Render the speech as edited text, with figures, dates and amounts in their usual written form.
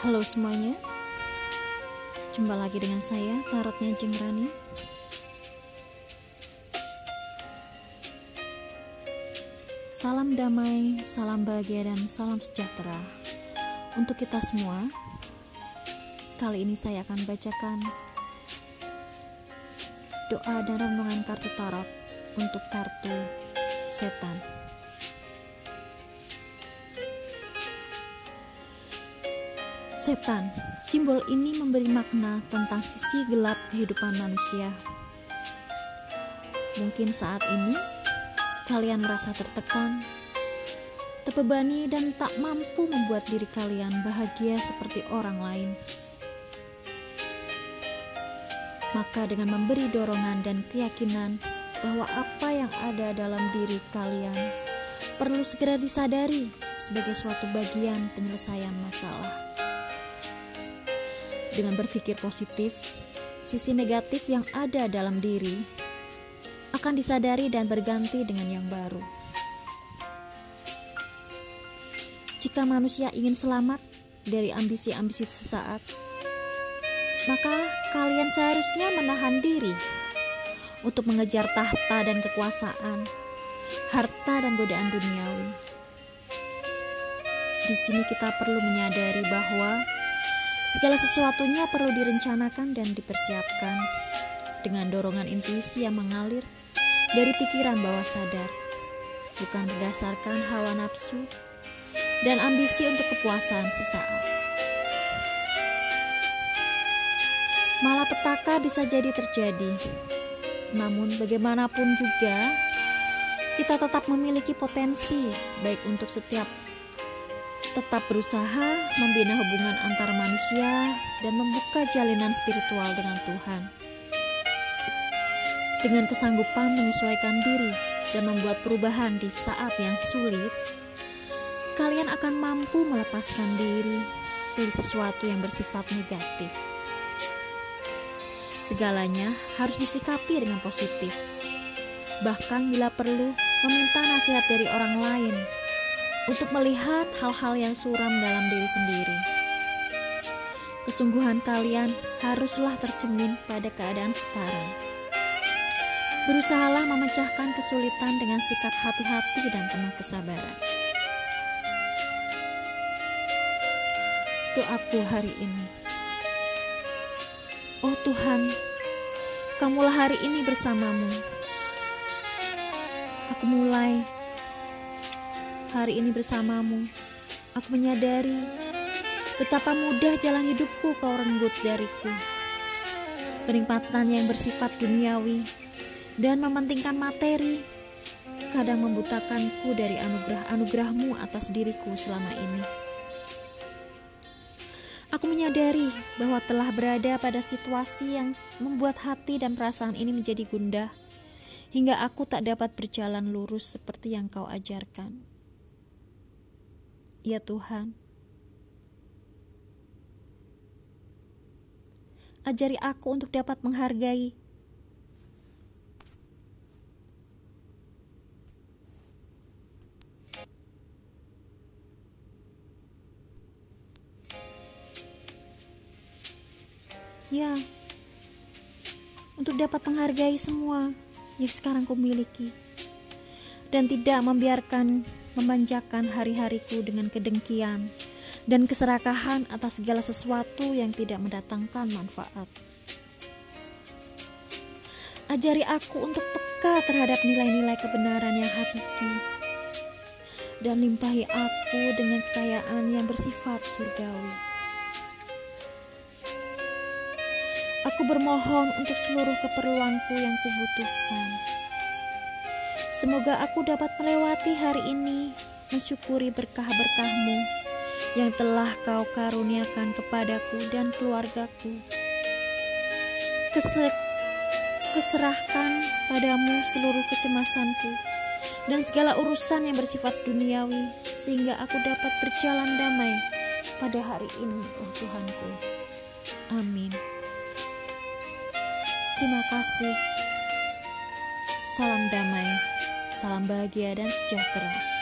Halo semuanya, jumpa lagi dengan saya, Tarotnya Jeng Rani. Salam damai, salam bahagia, dan salam sejahtera untuk kita semua. Kali ini saya akan bacakan doa dan renungan kartu tarot untuk kartu setan. Setan, simbol ini memberi makna tentang sisi gelap kehidupan manusia. Mungkin saat ini kalian merasa tertekan, terbebani, dan tak mampu membuat diri kalian bahagia seperti orang lain. Maka dengan memberi dorongan dan keyakinan bahwa apa yang ada dalam diri kalian perlu segera disadari sebagai suatu bagian penyelesaian masalah. Dengan berpikir positif, sisi negatif yang ada dalam diri akan disadari dan berganti dengan yang baru. Jika manusia ingin selamat dari ambisi-ambisi sesaat, maka kalian seharusnya menahan diri untuk mengejar tahta dan kekuasaan, harta dan godaan duniawi. Di sini kita perlu menyadari bahwa segala sesuatunya perlu direncanakan dan dipersiapkan dengan dorongan intuisi yang mengalir dari pikiran bawah sadar, bukan berdasarkan hawa nafsu dan ambisi untuk kepuasan sesaat. Malapetaka bisa jadi terjadi, namun bagaimanapun juga kita tetap memiliki potensi baik untuk tetap berusaha membina hubungan antar manusia dan membuka jalinan spiritual dengan Tuhan. Dengan kesanggupan menyesuaikan diri dan membuat perubahan di saat yang sulit, kalian akan mampu melepaskan diri dari sesuatu yang bersifat negatif. Segalanya harus disikapi dengan positif, bahkan bila perlu meminta nasihat dari orang lain untuk melihat hal-hal yang suram dalam diri sendiri. Kesungguhan kalian haruslah tercermin pada keadaan sekarang. Berusahalah memecahkan kesulitan dengan sikap hati-hati dan penuh kesabaran. Doaku hari ini. Oh Tuhan, Kamulah hari ini bersamamu. Aku mulai hari ini bersamamu. Aku menyadari betapa mudah jalan hidupku Kau renggut dariku. Kenikmatan yang bersifat duniawi dan mementingkan materi kadang membutakanku dari anugerah-anugerah-Mu atas diriku selama ini. Aku menyadari bahwa telah berada pada situasi yang membuat hati dan perasaan ini menjadi gundah, hingga aku tak dapat berjalan lurus seperti yang Kau ajarkan. Ya Tuhan, ajari aku untuk dapat menghargai untuk dapat menghargai semua yang sekarang ku miliki dan tidak memanjakan hari-hariku dengan kedengkian dan keserakahan atas segala sesuatu yang tidak mendatangkan manfaat. Ajari aku untuk peka terhadap nilai-nilai kebenaran yang hakiki dan limpahi aku dengan kekayaan yang bersifat surgawi. Aku bermohon untuk seluruh keperluanku yang kubutuhkan. Semoga aku dapat melewati hari ini mensyukuri berkah-berkah-Mu yang telah Kau karuniakan kepadaku dan keluargaku. Keserahkan padamu seluruh kecemasanku dan segala urusan yang bersifat duniawi, sehingga aku dapat berjalan damai pada hari ini, oh Tuhanku. Amin. Terima kasih. Salam damai, salam bahagia dan sejahtera.